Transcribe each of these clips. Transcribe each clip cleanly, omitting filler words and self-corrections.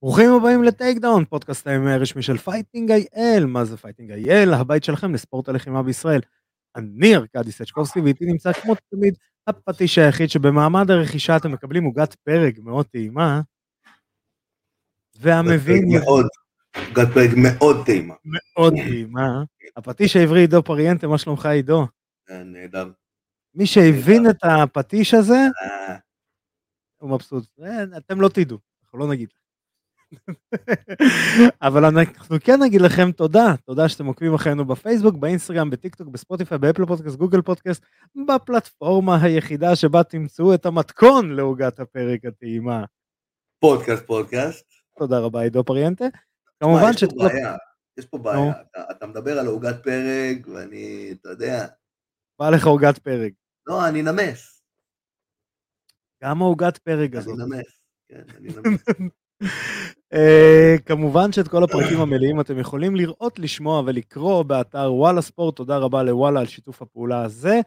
ברוכים הבאים לטייק דאון, פודקאסט הרשמי של פייטינג איי-אל. מה זה פייטינג איי-אל? הבית שלכם לספורט הלחימה בישראל. אני ארכדי סצ'קובסקי, ואיתי נמצא כמו תמיד הפטיש היחיד שבמעמד הרכישה אתם מקבלים עוגת פרק מאוד טעימה, והמבין עוגת פרק מאוד טעימה. מאוד טעימה, הפטיש העברי עידו פריאנטה. מה שלומך עידו? נהדר. מי שהבין את הפטיש הזה, הוא מבסוט. אתם לא תדעו, אנחנו לא נגיד. אבל אנחנו כן נגיד לכם תודה שאתם עוקבים אחרינו בפייסבוק, באינסטגרם, בטיקטוק, בספוטיפיי, באפל פודקאסט, גוגל פודקאסט, בפלטפורמה היחידה שבה תמצאו את המתכון לעוגת הפרק הטעימה. פודקאסט. תודה רבה עידו פריאנטה. כמובן יש פה בעיה, אתה מדבר על עוגת פרק ואני, אתה יודע. בא לך עוגת פרק. לא, אני נמס. גם העוגת פרק הזאת. אני נמס. כמובן שאת כל הפרקים המלאים אתם יכולים לראות, לשמוע ולקרוא באתר וואלה ספורט. תודה רבה לוואלה על שיתוף הפעולה הזה,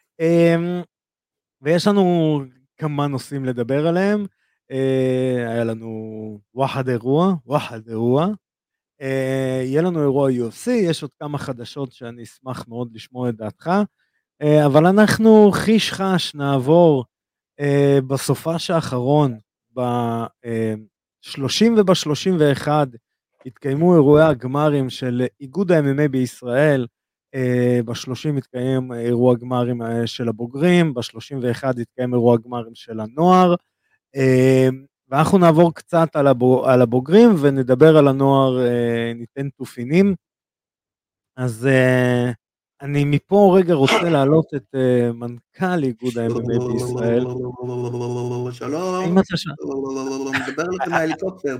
ויש לנו כמה נושאים לדבר עליהם. היה לנו וואחד אירוע, יהיה לנו אירוע UFC, יש עוד כמה חדשות שאני אשמח מאוד לשמוע את דעתך, אבל אנחנו חיש חש נעבור בסופש האחרון, ב-30 וב-31 התקיימו אירועי הגמרים של איגוד ה-MMA בישראל. ב-30 התקיים אירוע גמרים של הבוגרים, ב-31 התקיים אירוע גמרים של הנוער, ואנחנו נעבור קצת על הבוגרים ונדבר על הנוער, ניתן תופינים. אז אני מפה רגע רוצה להעלות את מנכ"ל איגוד ה-MMA בישראל. שלום, מדבר לכם מההליקופטר.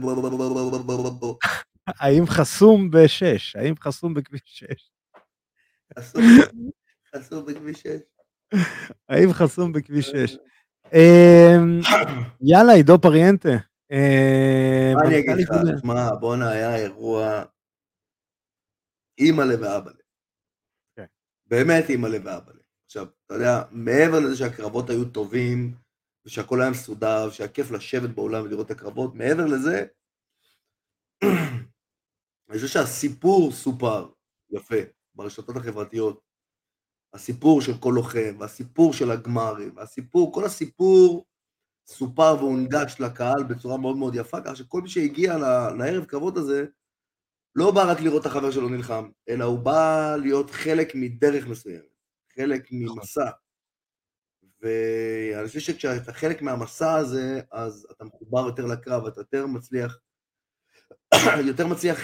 האם חסום ב-6? האם חסום בכביש 6? חסום בכביש 6. האם חסום בכביש 6? יאללה, עידו פריאנטה. מה אני אגיד לך? תשמע, בונה, היה אירוע אימא'לה ואבא'לה. באמת אימא'לה ואבא'לה. עכשיו, אתה יודע, מעבר לזה שהקרבות היו טובים, ושהכל היה מסודר, שהיה כיף לשבת באולם ולראות את הקרבות, מעבר לזה, אני חושב שהסיפור סופר יפה ברשתות החברתיות, הסיפור של כל לוחם, והסיפור של הגמרים, כל הסיפור סופר והונגש לקהל בצורה מאוד מאוד יפה, כך שכל מי שהגיע לערב קרבות הזה, לא בא רק לראות את החבר שלו נלחם, אלא הוא בא להיות חלק מדרך מסוימת, חלק ממסע. ואני חושב שכשאתה חלק מהמסע הזה, אז אתה מחובר יותר לקרב, אתה יותר מצליח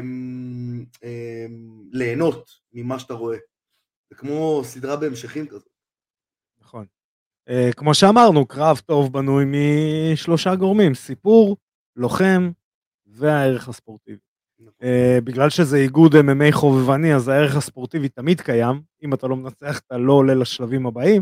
ליהנות ממה שאתה רואה. זה כמו סדרה בהמשכים כזאת. נכון. כמו שאמרנו, קרב טוב בנוי משלושה גורמים, סיפור, לוחם והערך הספורטיבי. בגלל שזה איגוד MMA חובבני, אז הערך הספורטיבי תמיד קיים, אם אתה לא מנצח אתה לא עולה לשלבים הבאים,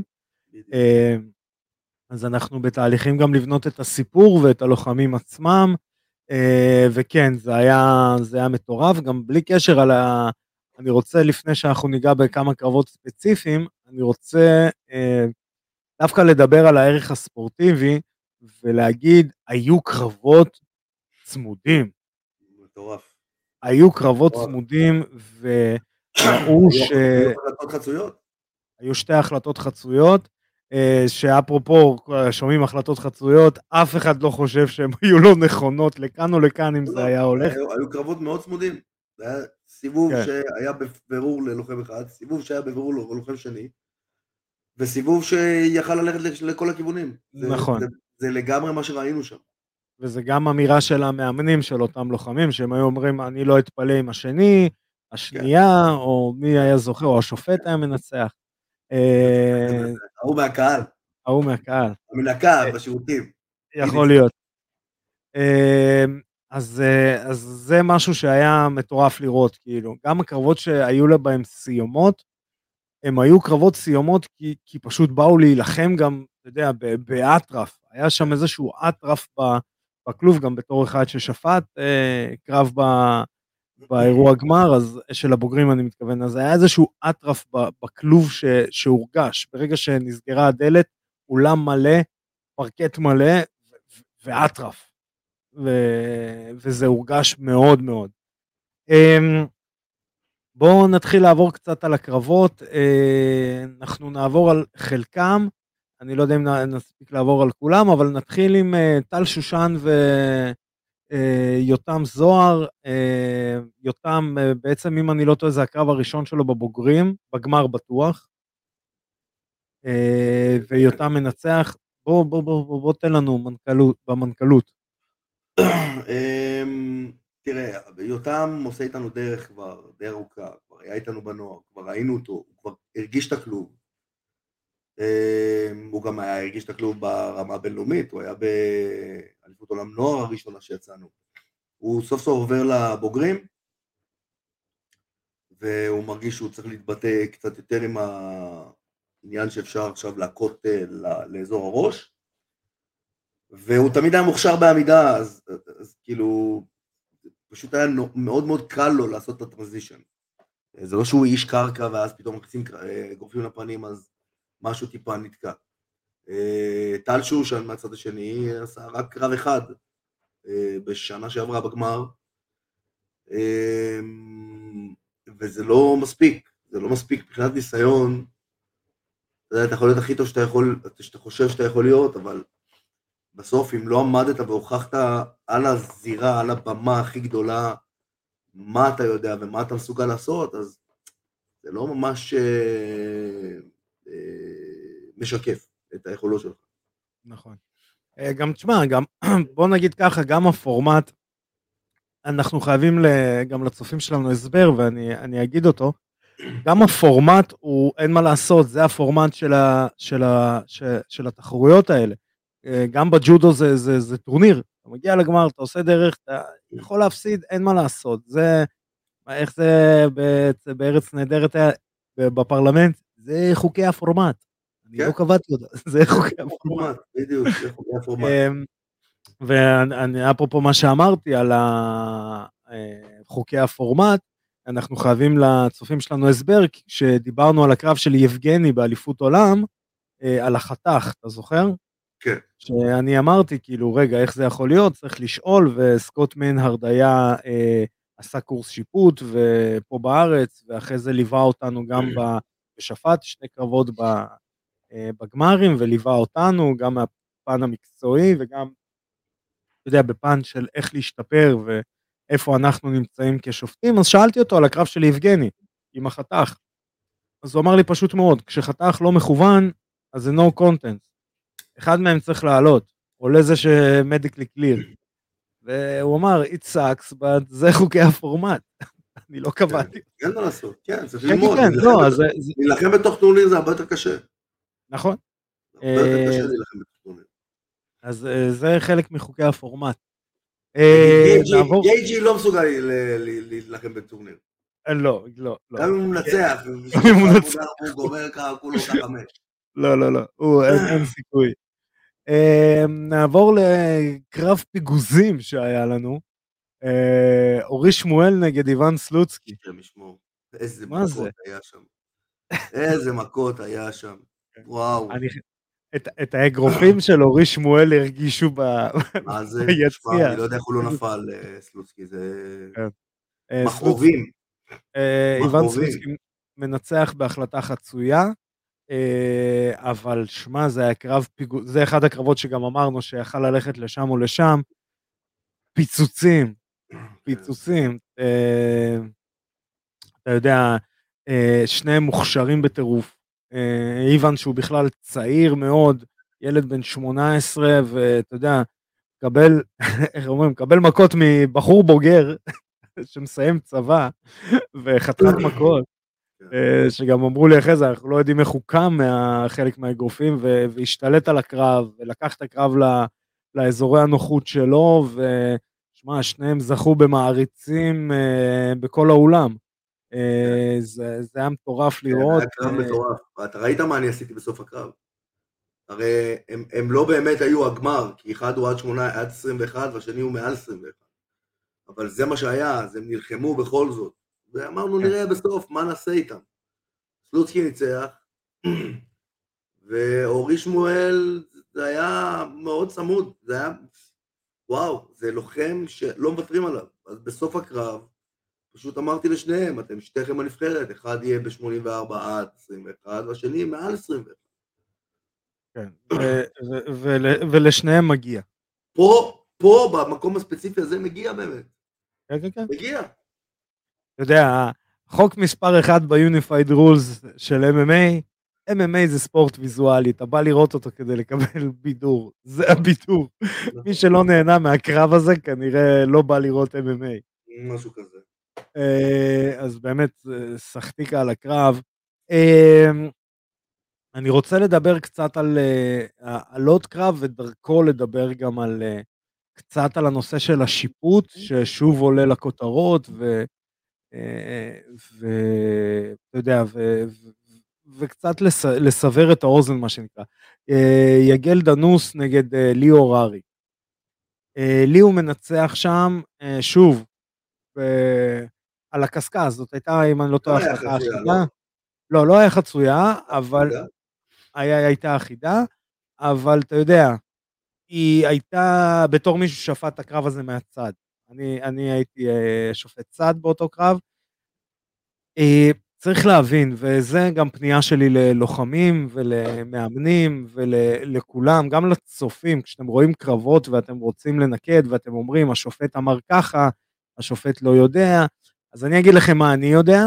אז אנחנו בתהליכים גם לבנות את הסיפור ואת הלוחמים עצמם, וכן, זה היה מטורף, גם בלי קשר אני רוצה, לפני שאנחנו ניגע בכמה קרבות ספציפיים, אני רוצה דווקא לדבר על הערך הספורטיבי, ולהגיד, היו קרבות צמודים. מטורף. היו קרבות צמודים, וראו היו שתי החלטות חצויות, שאפרופו שומעים החלטות חצויות, אף אחד לא חושב שהן היו לא נכונות, לכאן או לכאן אם זה היה הולך. היו קרבות מאוד צמודים, זה היה סיבוב שהיה בבירור ללוחם אחד, סיבוב שהיה בבירור ללוחם שני, וסיבוב שיכל ללכת לכל הכיוונים. נכון. זה לגמרי מה שראינו שם. וזה גם אמירה של המאמנים של אותם לוחמים, שהם היו אומרים, אני לא אתפלא עם השנייה, או מי היה זוכר, או השופט היה מנצח. ההוא מהקהל. המנקה בשירותים. יכול להיות. אז זה משהו שהיה מטורף לראות, כאילו. גם הקרבות שהיו לה בהם סיומות, הם היו קרבות סיומות כי פשוט באו להילחם גם, אתה יודע, באטרף. היה שם איזשהו אטרף בכלוב, גם בתור אחד ששפט קרב באירוע גמר, אז של הבוגרים אני מתכוון, אז היה איזשהו אטרף בכלוב שהורגש, ברגע שנסגרה הדלת, אולם מלא, פרקט מלא, ואטרף. וזה הורגש מאוד מאוד. בואו נתחיל לעבור קצת על הקרבות, אנחנו נעבור על חלקם, אני לא יודע אם נספיק לעבור על כולם, אבל נתחיל עם טל שושן ויותם זוהר. יותם, בעצם אם אני לא טועה, זה הקרב הראשון שלו בבוגרים, בגמר בטוח, ויותם מנצח. בוא תן לנו במנכ"לות. תראה, יותם עושה איתנו דרך כבר די ארוכה, כבר היה איתנו בנוער, כבר ראינו אותו, הוא כבר הרגיש את הכלוב. הוא גם הרגיש את הכלוב ברמה הבינלאומית, הוא היה באליפות עולם נוער הראשונה שיצאנו. הוא סוף סוף עובר לבוגרים, והוא מרגיש שהוא צריך להתבטא קצת יותר עם העניין שאפשר עכשיו להכות לאזור הראש, והוא תמיד היה מוכשר בעמידה, אז כאילו, פשוט היה מאוד מאוד קל לו לעשות את הטרנזישן. זה לא שהוא איש קרקע, ואז פתאום מקצים גורפים לפנים, אז משהו טיפה נתקע. טל שושן מהצד השני עשה רק קרב אחד, בשנה שעברה בגמר, וזה לא מספיק, זה לא מספיק מבחינת ניסיון. אתה יכול להיות הכי טוב שאתה חושב שאתה יכול להיות, אבל בסוף אם לא עמדת והוכחת על הזירה, על הבמה הכי גדולה, מה אתה יודע ומה אתה מסוגל לעשות, אז זה לא ממש משקף את היכולות שלך. נכון. גם תשמע, גם בוא נגיד ככה, גם הפורמט, אנחנו חייבים גם לצופים שלנו הסבר, ואני אגיד אותו, גם הפורמט הוא, אין מה לעשות, זה הפורמט של התחרויות האלה. גם בג'ודו זה טורניר, אתה מגיע לגמר, אתה עושה דרך, אתה יכול להפסיד, אין מה לעשות. זה, איך זה בארץ נהדרת בפרלמנט, זה חוקי הפורמט. אני לא קבעתי אותה, זה חוקי הפורמט. בדיוק, זה חוקי הפורמט. ואני אפרופו מה שאמרתי על חוקי הפורמט, אנחנו חייבים לצופים שלנו הסבר, כשדיברנו על הקרב של יבגני באליפות עולם, על החתך, אתה זוכר? כן. שאני אמרתי, כאילו, רגע, איך זה יכול להיות? צריך לשאול, וסקוט מיינהרד היה, עשה קורס שיפוט, ופה בארץ, ואחרי זה ליווה אותנו גם בשפט, שני קרבות בגמרים, וליווה אותנו, גם מהפן המקצועי, וגם, אתה יודע, בפן של איך להשתפר, ואיפה אנחנו נמצאים כשופטים. אז שאלתי אותו על הקרב של יבגני, עם החתך. אז הוא אמר לי פשוט מאוד, כשחתך לא מכוון, אז זה no content. אחד מהם צריך לעלות, עולה זה שמדיקלי קליר. והוא אמר, it sucks, but זה חוקי הפורמט. אני לא קבעתי. אין מה לעשות, כן, צריך ללמוד. להילחם בתוך טורניר זה הרבה יותר קשה. נכון. הרבה יותר קשה להילחם בתוך טורניר. אז זה חלק מחוקי הפורמט. גייג'י לא מסוגל להילחם בטורניר. לא. גם אם הוא מנצח, הוא גומר כולו כ5. לא, אין סיכוי. נעבור לקרב פיגוזים שהיה לנו. אורי שמואל נגד איוון סלוצקי. איזה מכות היה שם. איזה מכות היה שם. וואו. את האגרופים של אורי שמואל הרגישו מה זה? ביציע. אני לא יודע איך הוא לא נפל סלוצקי, זה מחרובים. איוון סלוצקי מנצח בהחלטה חצויה, אבל שמה, זה היה קרב פיגוז, זה אחד הקרבות שגם אמרנו שיכל ללכת לשם או לשם, פיצוצים, אתה יודע, שניהם מוכשרים בטירוף, איוון שהוא בכלל צעיר מאוד, ילד בן 18, ואתה יודע, איך אומרים, קבל מכות מבחור בוגר, שמסיים צבא, וחתיכת מכות, שגם אמרו לי אחרי זה, אנחנו לא יודעים איך הוא קם חלק מהאגרופים, והשתלט על הקרב, ולקח את הקרב לאזורי הנוחות שלו, ושמע, שניהם זכו במעריצים בכל העולם. זה היה מטורף לראות. זה היה קרב מטורף. אתה ראית מה אני עשיתי בסוף הקרב? הרי הם לא באמת היו הגמר, כי אחד הוא עד 21, והשני הוא מעל 21. אבל זה מה שהיה, אז הם נלחמו בכל זאת. ואמרנו, נראה בסוף מה נעשה איתם. סלוצקי ניצח, ואורי שמואל, זה היה מאוד צמוד, זה היה וואו, זה לוחם שלא מוותרים עליו. אז בסוף הקרב, פשוט אמרתי לשניהם, אתם שתיכם הנבחרת, אחד יהיה ב-84 עד 21, והשני מעל 21. כן, ולשניהם מגיע. פה, במקום הספציפי הזה, מגיע באמת. כן, כן, כן. מגיע. אתה יודע, חוק מספר 1 ב-Unified Rules של MMA, MMA זה ספורט ויזואלי, אתה בא לראות אותו כדי לקבל בידור, זה הבידור. מי שלא נהנה מהקרב הזה כנראה לא בא לראות MMA. משהו כזה. אז באמת, שחתיקה על הקרב. אני רוצה לדבר קצת על עוד קרב, ודרכו לדבר גם קצת על הנושא של השיפוט, ששוב עולה לכותרות, ואתה יודע, וקצת לסבר את האוזן, מה שנקרא. יגל דנוס נגד ליאו הררי. ליאו מנצח שם, שוב, על הקסקה, זאת הייתה, אם אני לא טועה, החלטה אחידה. לא היה חצויה, אבל הייתה אחידה, אבל אתה יודע, היא הייתה בתור מישהו ששפט את הקרב הזה מהצד. אני הייתי שופט צד באותו קרב. צריך להבין, וזה גם פנייה שלי ללוחמים ולמאמנים ולכולם, גם לצופים, כשאתם רואים קרבות ואתם רוצים לנקד ואתם אומרים, השופט אמר ככה, השופט לא יודע, אז אני אגיד לכם מה אני יודע.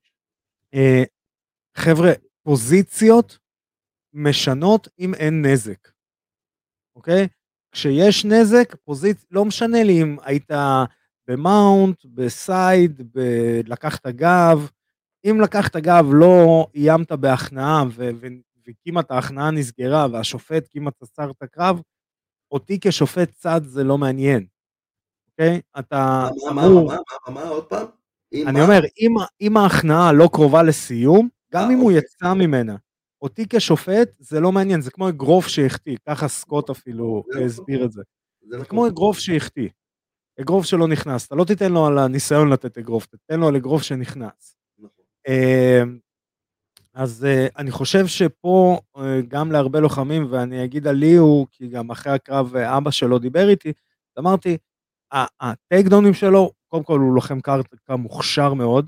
חבר'ה, פוזיציות משנות אם אין נזק, אוקיי? כשיש נזק, לא משנה לי אם היית במאונט, בסייד, לקחת גב, אם לקחת גב לא איימת בהכנעה, וכמעט ההכנעה נסגרה, והשופט כמעט עצר את הקרב, אותי כשופט צד זה לא מעניין, אוקיי? אתה אמור... מה, עוד פעם? אני אומר, אם ההכנעה לא קרובה לסיום, גם אם הוא יצא ממנה, אותי כשופט זה לא מעניין, זה כמו אגרוף שהחטיא, ככה סקוט אפילו הסביר את זה. זה כמו אגרוף שהחטיא, אגרוף שלא נכנס, אתה לא תיתן לו על הניסיון לתת אגרוף, תתן לו על אגרוף שנכנס. אז אני חושב שפה גם להרבה לוחמים, ואני אגיד על ליאו, כי גם אחרי הקרב אבא שלו דיבר איתי, אמרתי, הטייק-דאונים שלו, קודם כל הוא לוחם קרקע מוכשר מאוד,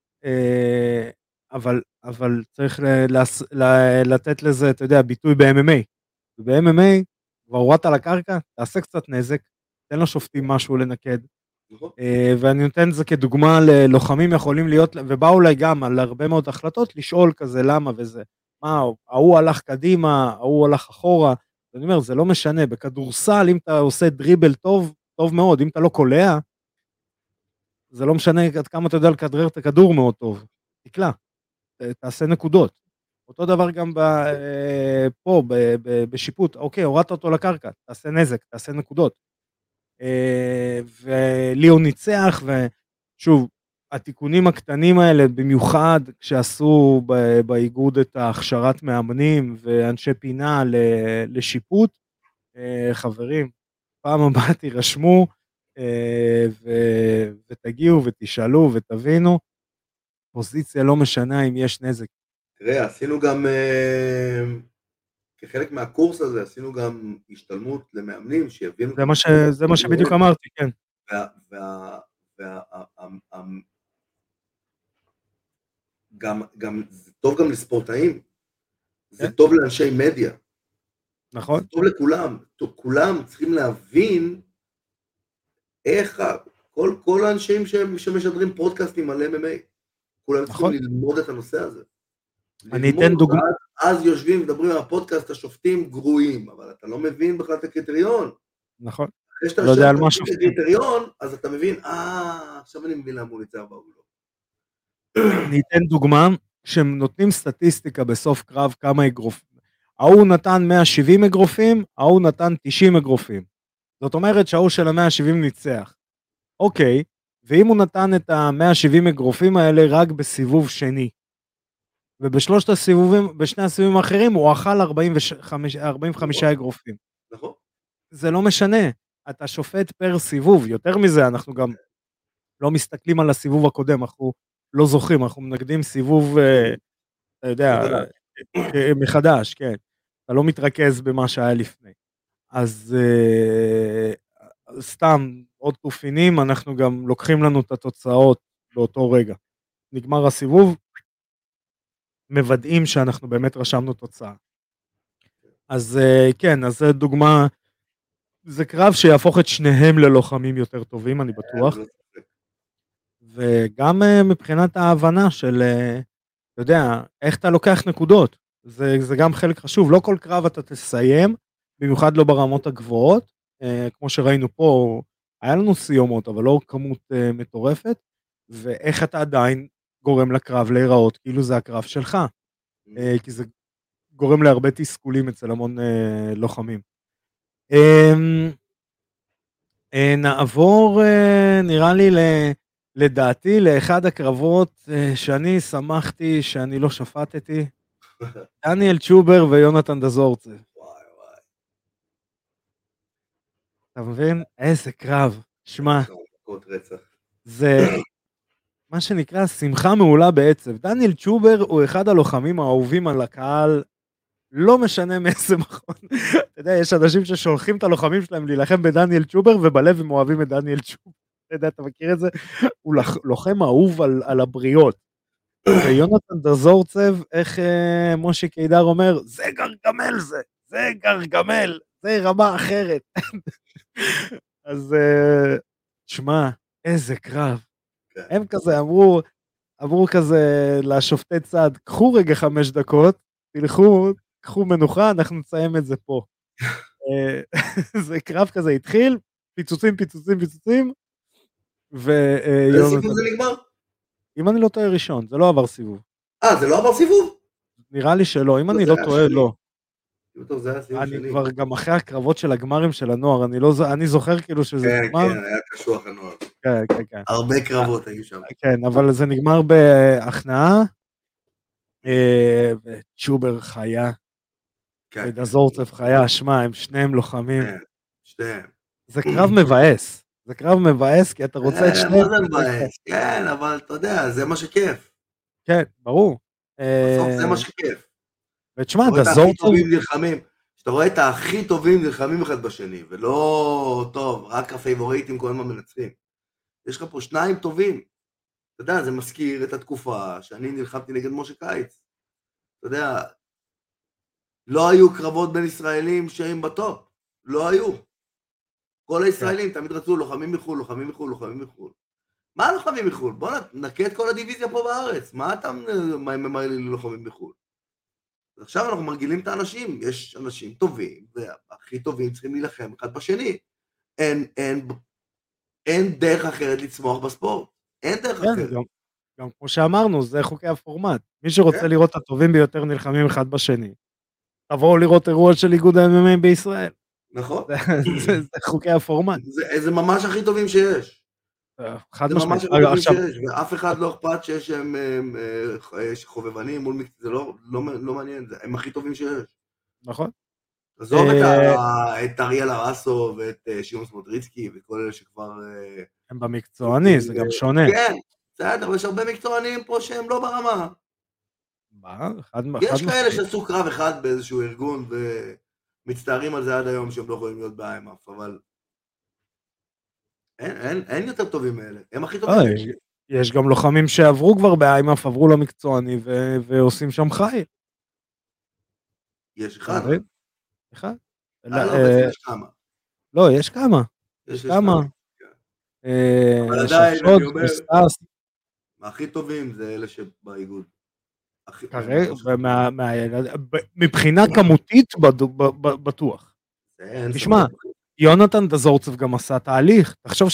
אבל צריך לתת לזה, אתה יודע, ביטוי ב-MMA. וב-MMA, כבר הורדת על הקרקע, תעשה קצת נזק, תן לשופטים משהו לנקד. ואני נותן את זה כדוגמה ללוחמים יכולים להיות, ובאו אולי גם על הרבה מאוד החלטות, לשאול כזה למה וזה. מה, ההוא הלך קדימה, ההוא הלך אחורה. אני אומר, זה לא משנה, בכדורסל, אם אתה עושה דריבל טוב, טוב מאוד, אם אתה לא קולע, זה לא משנה עד כמה אתה יודע לכדרר את הכדור מאוד טוב. תקלע, תעשה נקודות. אותו דבר גם פה, בשיפוט, אוקיי, הורדת אותו לקרקע, תעשה נזק, תעשה נקודות. וליאו ניצח, ושוב, התיקונים הקטנים האלה, במיוחד כשעשו באיגוד את ההכשרת מאמנים ואנשי פינה לשיפוט, חברים, פעם הבאה תירשמו, ותגיעו ותשאלו ותבינו, פוזיציה לא משנה אם יש נזק. תראה, עשינו גם, כחלק מהקורס הזה, עשינו גם השתלמות למאמנים שיבינו... זה מה שבדיוק אמרתי, כן. גם, זה טוב גם לספורטאים, זה טוב לאנשי מדיה. נכון. זה טוב לכולם, כולם צריכים להבין איך, כל האנשים שמשדרים פודקאסטים על MMA, כולם צריכים ללמוד את הנושא הזה. אני אתן דוגמא. אז יושבים ומדברים על הפודקאסט, השופטים גרועים, אבל אתה לא מבין בכלל את הקריטריון. נכון. אחרי שאתה יושב את הקריטריון, אז אתה מבין, עכשיו אני מבין למה הוא ניצח באוגלו. אני אתן דוגמא, כשהם נותנים סטטיסטיקה בסוף קרב כמה אגרופים. ההוא נתן 170 אגרופים, ההוא נתן 90 אגרופים. זאת אומרת שההוא של ה-170 ניצח. אוקיי, ואם הוא נתן את ה-170 אגרופים האלה רק בסיבוב שני, ובשלושת הסיבובים, בשני הסיבובים האחרים, הוא אכל 45 אגרופים. נכון. זה לא משנה, אתה שופט פר סיבוב, יותר מזה, אנחנו גם לא מסתכלים על הסיבוב הקודם, אנחנו לא זוכרים, אנחנו מנגדים סיבוב, אתה יודע, מחדש, כן. אתה לא מתרכז במה שהיה לפני. אז סתם עוד תופינים, אנחנו גם לוקחים לנו את התוצאות באותו רגע. נגמר הסיבוב, מוודאים שאנחנו באמת רשמנו תוצאה. אז כן, אז זה דוגמה, זה קרב שיהפוך את שניהם ללוחמים יותר טובים, אני בטוח. וגם מבחינת ההבנה של, אתה יודע, איך אתה לוקח נקודות. זה גם חלק חשוב, לא כל קרב אתה תסיים, במיוחד לא ברמות הגבוהות, כמו שראינו פה, היה לנו סיומות, אבל לא כמות מטורפת, ואיך אתה עדיין גורם לקרב להיראות, כאילו זה הקרב שלך, כי זה גורם להרבה תסכולים אצל המון לוחמים. נעבור, נראה לי, לדעתי, לאחד הקרבות שאני שמחתי שאני לא שפטתי, דניאל צ'ובר ויונתן דזורצב. אתה מבין? איזה קרב. שמע, זה מה שנקרא שמחה מעולה בעצב. דניאל צ'ובר הוא אחד הלוחמים האהובים על הקהל, לא משנה מאיזה מכון. אתה יודע, יש אנשים ששולחים את הלוחמים שלהם להילחם בדניאל צ'ובר, ובלב הם אוהבים את דניאל צ'ובר. אתה יודע, אתה מכיר את זה? הוא לוחם אהוב על הבריות. ויונתן דזורצב, איך משה קידר אומר, זה גרגמל זה, זה גרגמל, זה רמה אחרת. אז תשמע, איזה קרב. הם כזה אמרו כזה לשופטי צד, קחו רגע 5 דקות, תלכו, קחו מנוחה, אנחנו נסיים את זה פה. זה קרב כזה התחיל, פיצוצים, איזה סיבוב זה נגמר? אם אני לא טועה ראשון, זה לא עבר סיבוב. זה לא עבר סיבוב? נראה לי שלא, אם אני לא טועה, לא. אני כבר גם אחרי הקרבות של הגמרים של הנוער, אני זוכר כאילו שזה נגמר. כן, היה קשוח הנוער. כן. הרבה קרבות היו שם. כן, אבל זה נגמר בהכנעה, וצ'ובר חיה, ודזורצב חיה, שמע, הם שניהם לוחמים. שניהם. זה קרב מבאס. זה קרב מבאס, כי אתה רוצה את שניהם. מה זה מבאס? כן, אבל אתה יודע, זה מה שכיף. כן, ברור. בסוף זה מה שכיף. ותשמע, דזורצב... אתה רואה את הכי טובים נלחמים אחד בשני, ולא טוב, רק הפייבוריטים כל הזמן מנצחים. יש לך פה 2 טובים. אתה יודע, זה מזכיר את התקופה שאני נלחמתי נגד משה קיץ. אתה יודע, לא היו קרבות בין ישראלים שהם בטופ. לא היו. כל הישראלים תמיד רצו לוחמים מחול. מה לוחמים מחול? בוא נקה את כל הדיוויזיה פה בארץ. מה אתה ממהר לי ללוחמים מחול? עכשיו אנחנו מרגילים את האנשים. יש אנשים טובים, והכי טובים צריכים להילחם אחד בשני. אין דרך אחרת לצמוח בספורט. אין דרך אחרת. גם כמו שאמרנו, זה חוקי הפורמט. מי שרוצה לראות את הטובים ביותר נלחמים אחד בשני. תבואו לראות אירוע של איגוד ה-MMA בישראל. נכון. זה חוקי הפורמט. זה ממש הכי טובים שיש. חד זה ממש הכי טובים שיש, ואף אחד לא אכפת שיש חובבנים מול מקצוע, זה לא מעניין, הם הכי טובים שיש. נכון. עזוב את אריאל ארסו ואת שמעון סמוטריצקי וכל אלה שכבר... הם במקצועני, זה גם שונה. כן, בסדר, אבל יש הרבה מקצוענים פה שהם לא ברמה. יש כאלה שעשו קרב אחד באיזשהו ארגון ומצטערים על זה עד היום שהם לא יכולים להיות באיימאף, אבל אין יותר טובים מאלה, הם הכי טובים. יש גם לוחמים שעברו כבר באיימאף, עברו למקצועני ועושים שם חיל. יש אחד. אחד? יש כמה. לא, יש כמה. יש כמה. אבל עדיין, אני אומר, הכי טובים זה אלה שבאיגוד. מבחינה כמותית בטוח. תשמע, יונתן דזורצב גם עשה תהליך. תחשוב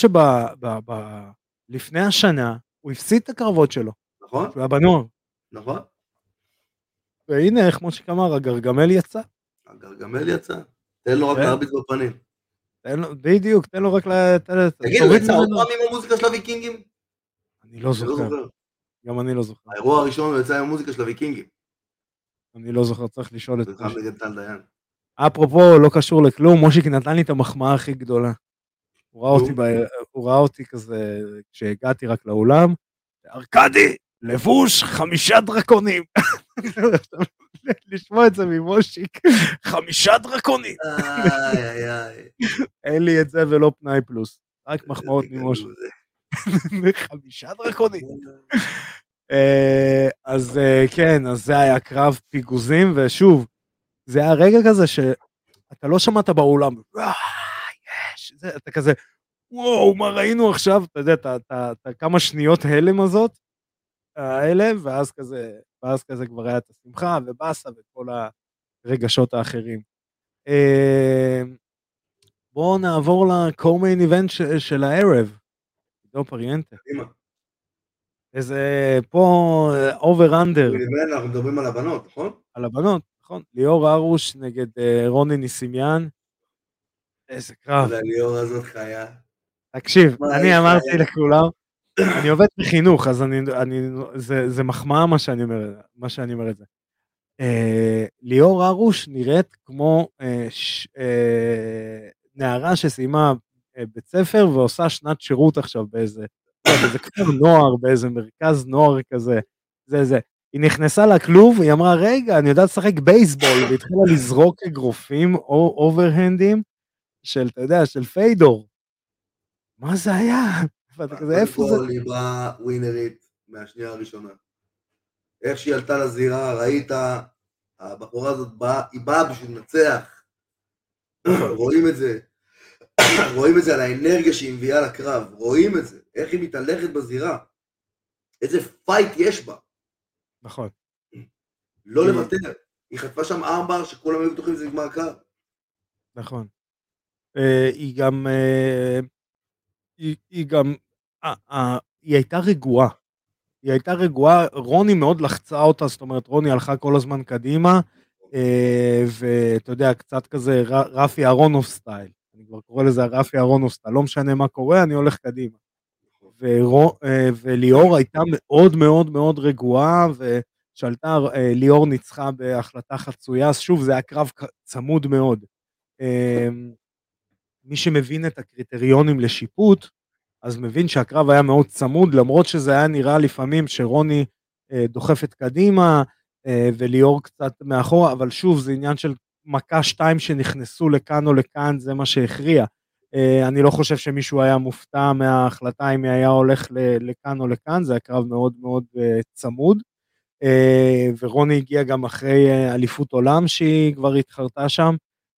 שלפני השנה הוא הפסיד את הקרבות שלו. נכון. הוא היה בנוער. נכון. והנה, כמו שאמר, הגרגמל יצא. תן לו רק להרביץ בפנים. בדיוק, תן לו רק תגיד, הוא יצא עוד פעם עם המוזיקה של הוויקינגים? אני לא זוכר. גם אני לא זוכר. האירוע הראשון הוא יצא עם המוזיקה של הוויקינגים. אני לא זוכר, צריך לשאול את זה. זה נגד טל דיין. אפרופו, לא קשור לכלום, מושיק נתן לי את המחמאה הכי גדולה. הוא ראה אותי כזה, כשהגעתי רק לאולם, ארקדי, לבוש 5 דרקונים. לשמוע את זה ממושיק, 5 דרקונים. איי, איי, איי. אין לי את זה ולא פנאי פלוס, רק מחמאות איזה ממושיק. גדול זה. 5 דרקונים. אז כן, אז זה היה קרב פיגוזים, ושוב, זה היה רגע כזה שאתה לא שמעת באולם, יש, אתה כזה, וואו, מה ראינו עכשיו, אתה יודע, אתה כמה שניות הלם הזאת, האלה, ואז כזה כבר היה את השמחה ובאסה וכל הרגשות האחרים. בואו נעבור לקו-מיין איבנט של הערב. דו פריאנטה. קדימה. איזה פה אובר אנדר. אנחנו מדברים על הבנות, נכון? על הבנות, נכון? ליאור ארוש נגד רוני ניסימיאן. איזה קרב. ליאור הזאת חיה. תקשיב, אני אמרתי לכולם, אני עובד בחינוך, אז זה מחמאה מה שאני אומר את זה. ליאור ארוש נראית כמו נערה שסיימה בית ספר ועושה שנת שירות עכשיו באיזה כפר נוער, באיזה מרכז נוער כזה, זה. היא נכנסה לכלוב, היא אמרה, רגע, אני יודעת לשחק בייסבול, והתחילה לזרוק אגרופים או אוברהנדים של, אתה יודע, של פיידור. מה זה היה? ואתה כזה, איפה זה? היא באה ווינרית מהשנייה הראשונה. איך שהיא עלתה לזירה, ראית, הבחורה הזאת היא באה בשביל לנצח. רואים את זה. רואים את זה על האנרגיה שהיא מביאה לקרב. רואים את זה. איך היא מתהלכת בזירה. איזה פייט יש בה. נכון. לא לוותר. היא חטפה שם ארמבר שכולם היו בטוחים שזה נגמר קרב. נכון. היא גם, היא הייתה רגועה. היא הייתה רגועה, רוני מאוד לחצה אותה, זאת אומרת, רוני הלכה כל הזמן קדימה, ואתה יודע, קצת כזה רפי אהרונוב סטייל. אני כבר קורא לזה רפי אהרונוב סטייל, לא משנה מה קורה, אני הולך קדימה. וליאור הייתה מאוד מאוד מאוד רגועה, ושאלתה, ליאור ניצחה בהחלטה חצויה, אז שוב, זה היה קרב צמוד מאוד. מי שמבין את הקריטריונים לשיפוט, אז מבין שהקרב היה מאוד צמוד, למרות שזה היה נראה לפעמים שרוני דוחפת קדימה, וליאור קצת מאחורה, אבל שוב, זה עניין של מכה 2 שנכנסו לכאן או לכאן, זה מה שהכריע. אני לא חושב שמישהו היה מופתע מההחלטה אם היה הולך לכאן או לכאן, זה היה קרב מאוד מאוד צמוד, ורוני הגיע גם אחרי אליפות עולם שהיא כבר התחרתה שם,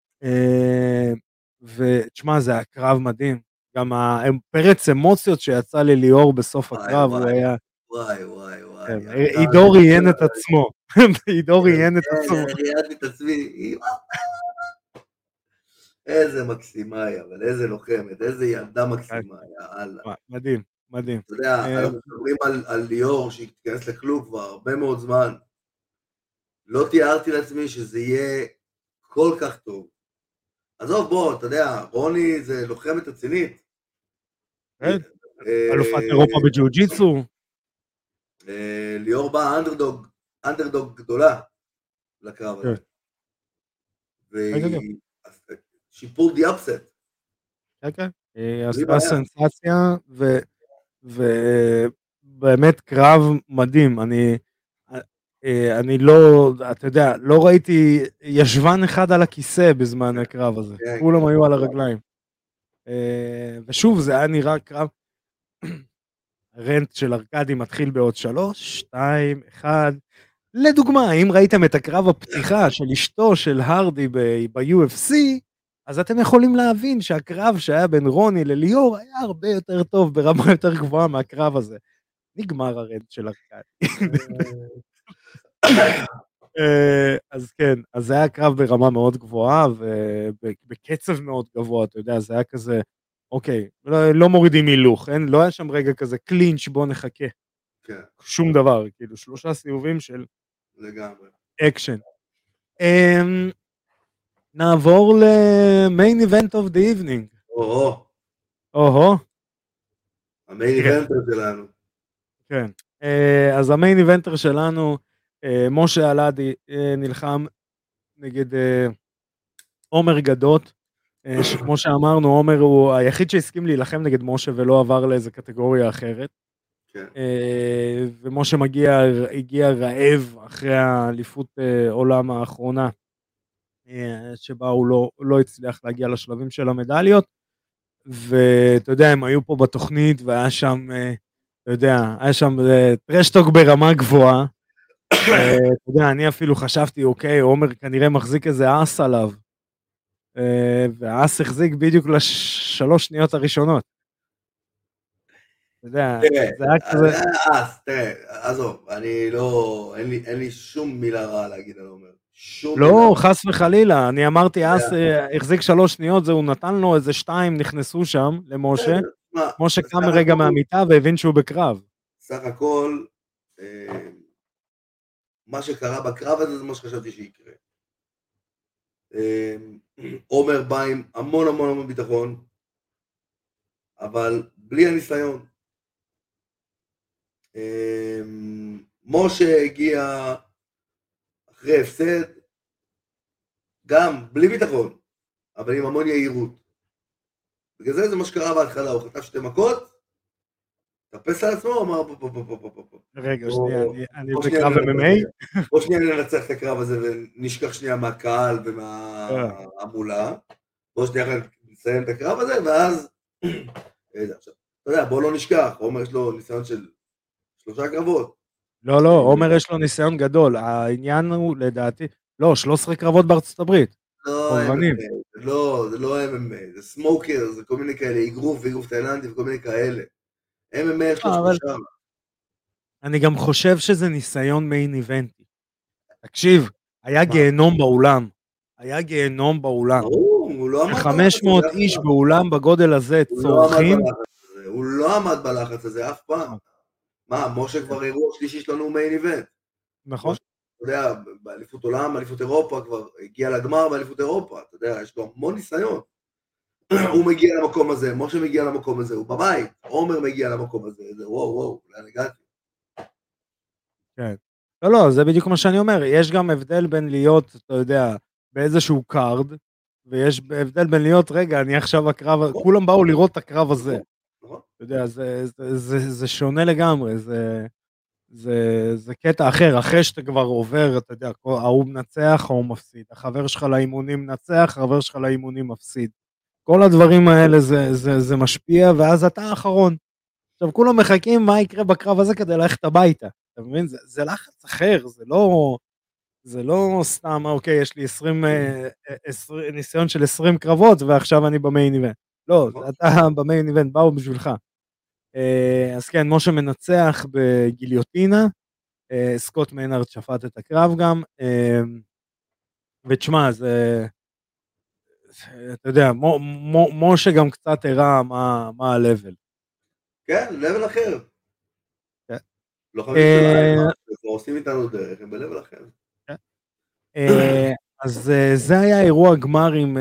ותשמע, זה היה קרב מדהים, גם הפרץ אמוציות שיצא לליאור בסוף הקרב, הוא היה... וואי. עידור עיין את עצמו, עידור עיין את עצמו. ראיינתי את עצמי, איזה מקסימה היא, אבל איזה לוחמת, איזה ילדה מקסימה, יאללה. מדהים, מדהים. אתה יודע, אנחנו מדברים על ליאור שהיא תיכנס לכלוב כבר הרבה מאוד זמן. לא תיארתי לעצמי שזה יהיה כל כך טוב. עזוב, בוא, אתה יודע, רוני זה לוחמת רצינית. אלופת אירופה בג'יוג'יטסו. ליאור בא אנדרדוג גדולה לקרב הזה. והיא שיפור די אפסט. כן. עשתה סנסציה, ובאמת קרב מדהים. אני לא, אתה יודע, לא ראיתי ישבן אחד על הכיסא בזמן הקרב הזה. כולם היו על הרגליים. ושוב, זה היה נראה קרב, הרנט של ארקדי מתחיל בעוד 3, 2, 1. לדוגמה, אם ראיתם את הקרב הפתיחה של אשתו של הרדי ב-UFC, אז אתם יכולים להבין שהקרב שהיה בין רוני לליאור היה הרבה יותר טוב, ברמה יותר גבוהה מהקרב הזה. נגמר הרנט של ארקדי. אז כן, אז זה היה קרב ברמה מאוד גבוהה, ובקצב מאוד גבוה, אתה יודע, זה היה כזה, אוקיי, לא מורידים הילוך, לא היה שם רגע כזה קלינץ' בוא נחכה. שום דבר, כאילו 3 סיבובים של אקשן. נעבור למיין איבנט אוף דה איבנינג. המיין איבנטר שלנו. כן, אז המיין איבנטר שלנו, משה אלעדי נלחם נגד עומר גדות, שכמו שאמרנו, עומר הוא היחיד שהסכים להילחם נגד משה ולא עבר לאיזה קטגוריה אחרת. כן. ומשה הגיע רעב אחרי האליפות עולם האחרונה, שבה הוא לא הצליח להגיע לשלבים של המדליות, ואתה יודע, הם היו פה בתוכנית, והיה שם, אתה יודע, היה שם טרשטוק ברמה גבוהה, ואתה יודע, אני אפילו חשבתי, אוקיי, עומר כנראה מחזיק איזה אס עליו, והאס החזיק בדיוק לשלוש שניות הראשונות. אתה יודע, תראה, זה היה כזה... תראה, עזוב, אני לא, אין לי שום מילה רעה להגיד על עומר. שום מילה לא, רעה. חס וחלילה, אני אמרתי, אתה אס החזיק 3 שניות, הוא נתן לו איזה 2, נכנסו שם למשה, בסדר, תשמע, משה קם בסך רגע הכל, מהמיטה והבין שהוא בקרב. סך הכל, מה שקרה בקרב הזה זה מה שחשבתי שיקרה. עומר בא עם המון המון המון ביטחון, אבל בלי הניסיון. משה הגיע אחרי הפסד, גם בלי ביטחון, אבל עם המון יהירות. בגלל זה מה שקרה בהתחלה, הוא חטף 2 מכות, טפס על עצמו, אמר פה. רגע, שנייה, אני בוא שנייה בקרב MMA? בוא שנייה ננצח את הקרב הזה ונשכח שנייה מהקהל ומההמולה. בוא שנייה נסיים את הקרב הזה, ואז, עכשיו, אתה יודע, בוא לא נשכח, עומר יש לו ניסיון של 3 קרבות. לא, עומר יש לו ניסיון גדול, העניין הוא לדעתי, לא, 13 קרבות בארצות הברית, לא חובבנים. MMA, זה לא MMA, זה סמוקר, זה כל מיני כאלה, אגרוף תאילנדי וכל מיני כאלה. MMA יש לו 3. אני גם חושב שזה ניסיון מיין איבנטי. תקשיב, היה גיהנום באולם. ברור, הוא לא עמד בלחץ הזה. 500 איש באולם בגודל הזה צורכים. הוא לא עמד בלחץ הזה אף פעם. מה, משה כבר אירוע שלישי שלנו מיין איבנט. נכון. אתה יודע, באליפות עולם, באליפות אירופה, כבר הגיע לגמר באליפות אירופה. אתה יודע, יש לו המון ניסיון. הוא מגיע למקום הזה, משה מגיע למקום הזה, הוא בבית, עומר מגיע למקום הזה, זה וואו, לאן הגעתי. כן. לא, זה בדיוק מה שאני אומר, יש גם הבדל בין להיות, אתה יודע, באיזשהו קארד, ויש הבדל בין להיות, רגע, אני עכשיו הקרב, כולם באו לראות את הקרב הזה. אתה יודע, זה שונה לגמרי, זה קטע אחר, אחרי שאתה כבר עובר, אתה יודע, ההוא מנצח, ההוא מפסיד, החבר שלך לאימונים מנצח, החבר שלך לאימונים מפסיד. כל הדברים האלה זה משפיע, ואז אתה האחרון. עכשיו כולם מחכים מה יקרה בקרב הזה כדי ללכת הביתה, אתה מבין? זה לחץ אחר, זה לא סתם, אוקיי, יש לי ניסיון של 20 קרבות, ועכשיו אני במיין איבנט. לא, אתה במיין איבנט, באו בשבילך. אז כן, משה מנצח בגיליוטינה, סקוט מיינארד שפט את הקרב גם, ותשמע, אתה יודע, משה גם קצת הראה מה הלבל. כן, לבל אחר. כן. לוחמים שלהם, כבר עושים איתנו דרך, הם בלבל אחר. אז זה היה אירוע גמרים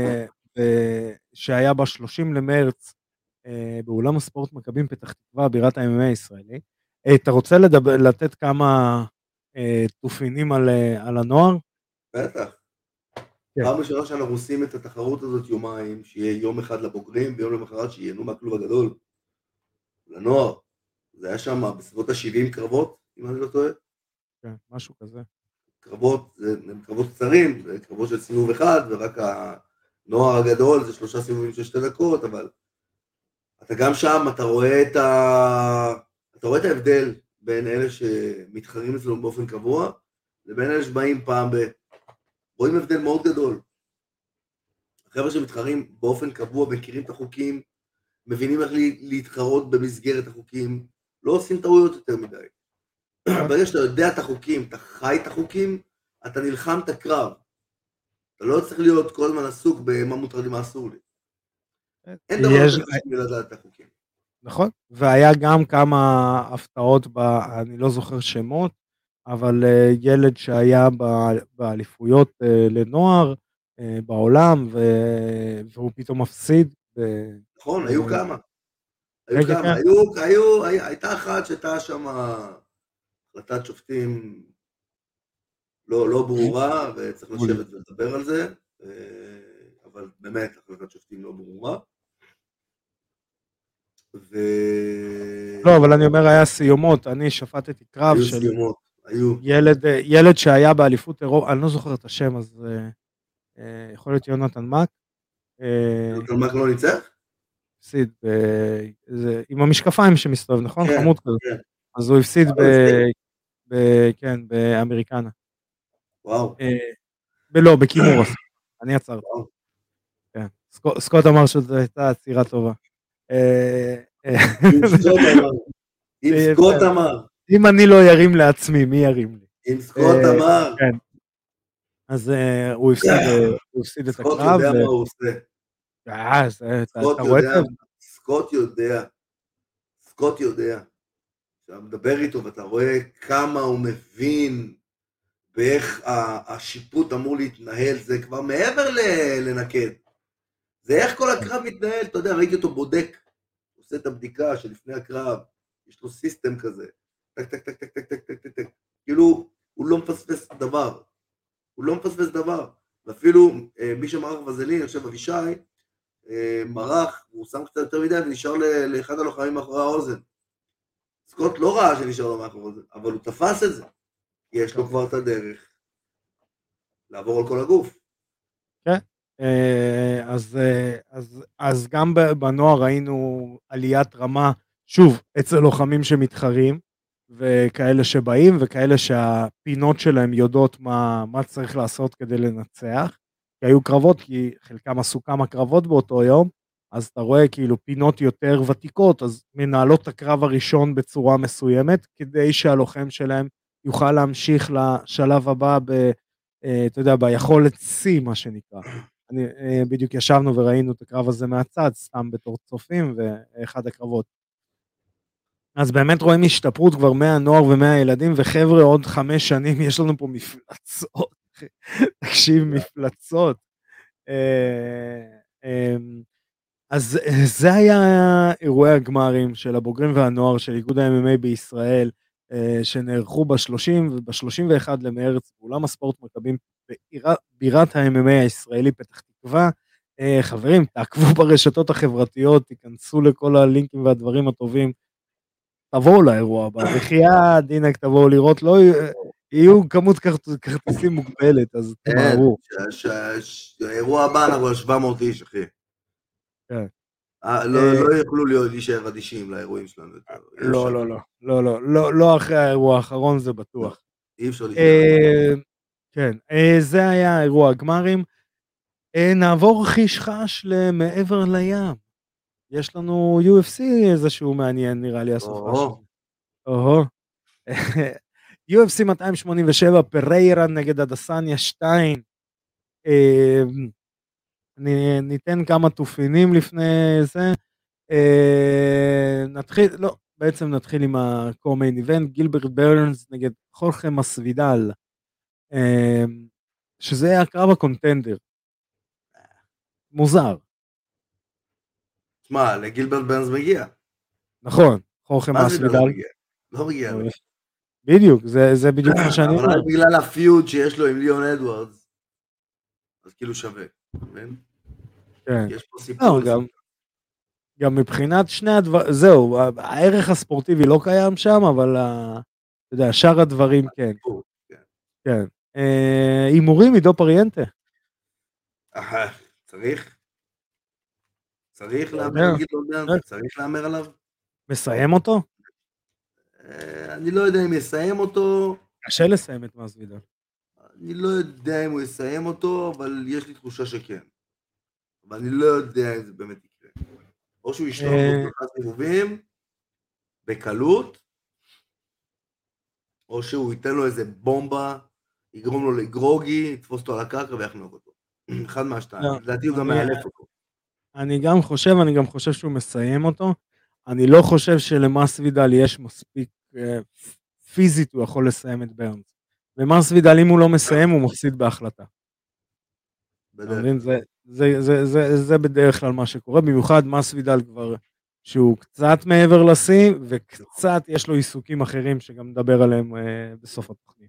שהיה ב-30 למרץ, באולם הספורט מכבים פתח תקווה, בירת ה-MMA הישראלי. אתה רוצה לתת כמה תופינים על הנוער? בטח. פעם ראשונה שאנחנו עושים את התחרות הזאת יומיים, שיהיה יום אחד לבוגרים, ויום למחרת שייהנו מהכלוב הגדול. לנוער. זה היה שם בסביבות ה-70 קרבות, אם אני לא טועה. כן, משהו כזה. קרבות, הם קרבות קצרים, זה קרבות של סיבוב אחד, ורק הנוער הגדול זה 3 סיבובים של 2 דקות, אבל אתה גם שם, אתה רואה את ההבדל בין אלה שמתחרים אצלנו באופן קבוע, לבין אלה שבאים פעם רואים הבדל מאוד גדול. החבר'ה שמתחרים באופן קבוע, מכירים את החוקים, מבינים איך להתחרות במסגרת החוקים, לא עושים טעויות יותר מדי. ברגע שאתה יודע את החוקים, אתה חי את החוקים, אתה נלחם את הקרב. אתה לא צריך להיות כל הזמן עסוק במה מותר לי, מה אסור לי. אין דבר יותר חשוב לדעת את החוקים. נכון, והיה גם כמה הפתעות, אני לא זוכר שמות, אבל ילד שהיה באליפויות לנוער בעולם, והוא פתאום מפסיד. נכון, היו כמה. הייתה אחת שהייתה שם החלטת שופטים לא ברורה, וצריך לשבת ולדבר על זה, אבל באמת החלטת שופטים לא ברורה. ו... לא, אבל אני אומר, היה סיומות, אני שפטתי קרב היו של סיומות, היו. ילד שהיה באליפות אירופה, אני לא זוכר את השם, אז יכול להיות יונתן מק, יונתן מק לא ניצח? הפסיד, עם המשקפיים שמסתובב, נכון? כן, חמוד כזה. כן. אז הוא הפסיד לא הפסיד? כן, באמריקנה. וואו, לא, בקימור, אני עצרתי. וואו. כן. סקוט אמר שזו הייתה עצירה טובה. אם סקוט אמר, אם סקוט אמר, אם אני לא ירים לעצמי, מי ירים לי? אם סקוט אמר, כן. אז הוא הפסיד את סקוט הקרב. יודע מה הוא עושה. אתה רואה את זה? סקוט יודע, סקוט יודע. אתה מדבר איתו ואתה רואה כמה הוא מבין ואיך השיפוט אמור להתנהל, זה כבר מעבר לנקד. זה איך כל הקרב מתנהל, אתה יודע, ראיתי אותו בודק, עושה את הבדיקה שלפני הקרב, יש לו סיסטם כזה, טק טק טק טק טק טק טק טק טק, כאילו הוא לא מפספס דבר, הוא לא מפספס דבר, ואפילו מי שמרח וזלין, אני חושב אבישי, מרח, הוא שם קצת יותר מדי ונשאר לאחד הלוחמים מאחורי האוזן. סקוט לא ראה שנשאר לו מאחורי האוזן, אבל הוא תפס את זה, יש לו כבר את הדרך לעבור על כל הגוף. כן, אז גם בנוער ראינו עליית רמה, שוב, אצל לוחמים שמתחרים, וכאלה שבאים, וכאלה שהפינות שלהם יודעות מה צריך לעשות כדי לנצח, כי היו קרבות, כי חלקם עשו כמה קרבות באותו יום, אז אתה רואה כאילו פינות יותר ותיקות, אז מנהלות את הקרב הראשון בצורה מסוימת, כדי שהלוחם שלהם יוכל להמשיך לשלב הבא אתה יודע, ביכולת שיא, מה שנקרא. בדיוק ישבנו וראינו את הקרב הזה מהצד, סתם בתור צופים, ואחד הקרבות. אז באמת רואים השתפרות כבר מהנוער ומהילדים, וחבר'ה, עוד 5 שנים יש לנו פה מפלצות. תקשיב, מפלצות. אז זה היה אירועי הגמרים של הבוגרים והנוער של איגוד ה-MMA בישראל, שנערכו ב-30 וב-31 למרץ, באולם הספורט מכבים בירת ה-MMA הישראלי פתח תקווה. חברים, תעקבו ברשתות החברתיות, תיכנסו לכל הלינקים והדברים הטובים, תבואו לאירוע הבא, בחייאת, דינק, תבואו לראות, לא יהיו כמות כרטיסים מוגבלת, אז תמהרו. האירוע הבא אנחנו על 700 איש, אחי. כן. לא יוכלו להישאר אדישים לאירועים שלנו. לא אחרי האירוע האחרון, זה בטוח. אי אפשר להישאר. כן, זה היה אירוע הגמרים. נעבור חיש-חש למעבר לים. יש לנו UFC איזשהו מעניין, נראה לי, הסופה שלנו. UFC 287, פריירה נגד אדסניה 2. ניתן כמה תופינים לפני זה. נתחיל עם הקו-מיין איבנט, גילברט ברנס נגד חורחה מסוידל, שזה הקרב הקונטנדר. מוזר. תשמע, לגילברט ברנס מגיע. נכון, חורחה מסוידל. לא מגיע. בדיוק, זה בדיוק מה שאני אומר. אבל רק בגלל הפיוד שיש לו עם ליאון אדוארדס, אז כאילו שווה. כן. יש פה סיפור. גם מבחינת שני הדברים, זהו, הערך הספורטיבי לא קיים שם, אבל אתה יודע, שאר הדברים כן. כן. הימורים עידו פריאנטה. צריך להמר על גילברט ברנס, צריך להמר עליו. מסיים אותו? אני לא יודע אם יסיים אותו. קשה לסיים את מסוידל. אני לא יודע אם הוא יסיים אותו, אבל יש לי תחושה שכן. אבל אני לא יודע אם זה באמת יקרה. או שהוא ישלח לו 3 סיבובים בקלות, או שהוא ייתן לו איזה בומבה, יגרום לו לגרוגי, יתפוס אותו על הקרקע ויחנוק אותו. אחד מהשתיים. לדעתי הוא גם מאלף אותו. אני גם חושב שהוא מסיים אותו. אני לא חושב שלמסוידל יש מספיק פיזית הוא יכול לסיים את ברנס. ומסוידל אם הוא לא מסיים הוא מפסיד בהחלטה. זה בדרך כלל מה שקורה, במיוחד מסוידל כבר שהוא קצת מעבר לשיא, וקצת יש לו עיסוקים אחרים שגם נדבר עליהם בסוף התוכנית.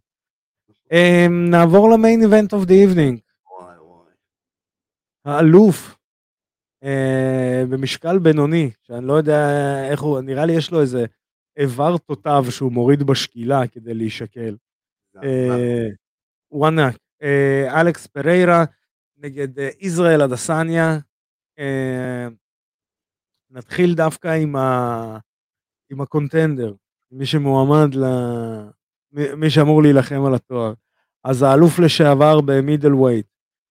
נעבור למיין איבנט אוף די איבנינג. האלוף במשקל בינוני, שאני לא יודע איך הוא, נראה לי יש לו איזה איבר תותב שהוא מוריד בשקילה כדי להישקל. זה ענק. הוא ענק. אלכס פריירה נגד ישראל אדסניה. נתחיל דווקא עם הקונטנדר, מי שמועמד, מי שאמור להילחם על התואר. אז האלוף לשעבר במידל ווייט,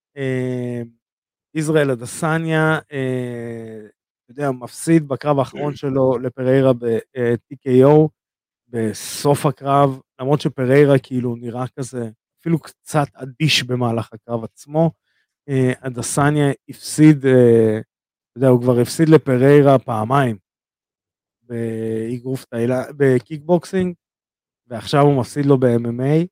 ישראל אדסניה, אתה יודע, מפסיד בקרב האחרון שלו לפריירה ב-TKO, בסוף הקרב, למרות שפריירה כאילו נראה כזה, אפילו קצת אדיש במהלך הקרב עצמו. אדסניה הפסיד, אתה יודע, הוא כבר הפסיד לפריירה פעמיים, באגרוף תאילנד, בקיקבוקסינג, ועכשיו הוא מפסיד לו ב-MMA.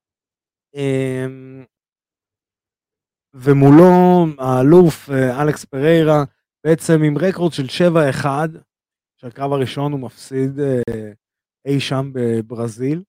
ומולו האלוף אלכס פריירה, בעצם עם רקורד של 7-1, שהקרב הראשון הוא מפסיד אי שם בברזיל,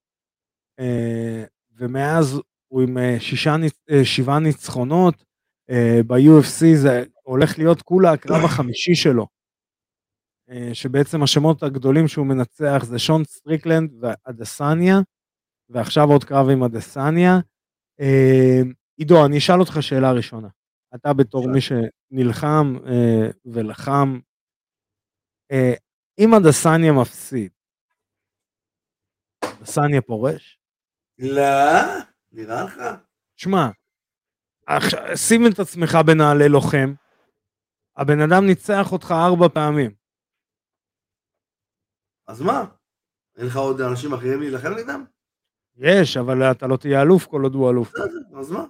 ומאז הוא עם 7 ניצחונות, ב-UFC זה הולך להיות כולה הקרב החמישי שלו, שבעצם השמות הגדולים שהוא מנצח זה שון סטריקלנד ואדסניה, ועכשיו עוד קרב עם אדסניה. עידו, אני אשאל אותך שאלה ראשונה. אתה בתור מי שנלחם ולחם, אם אדסניה מפסיד, אדסניה פורש? לא, נראה לך? שמע, שים את עצמך בנעלי לוחם, הבן אדם ניצח אותך 4 פעמים. אז מה? אין לך עוד אנשים אחרים להילחם נגדם? יש, אבל אתה לא תהיה אלוף כל עוד הוא אלוף. אז מה?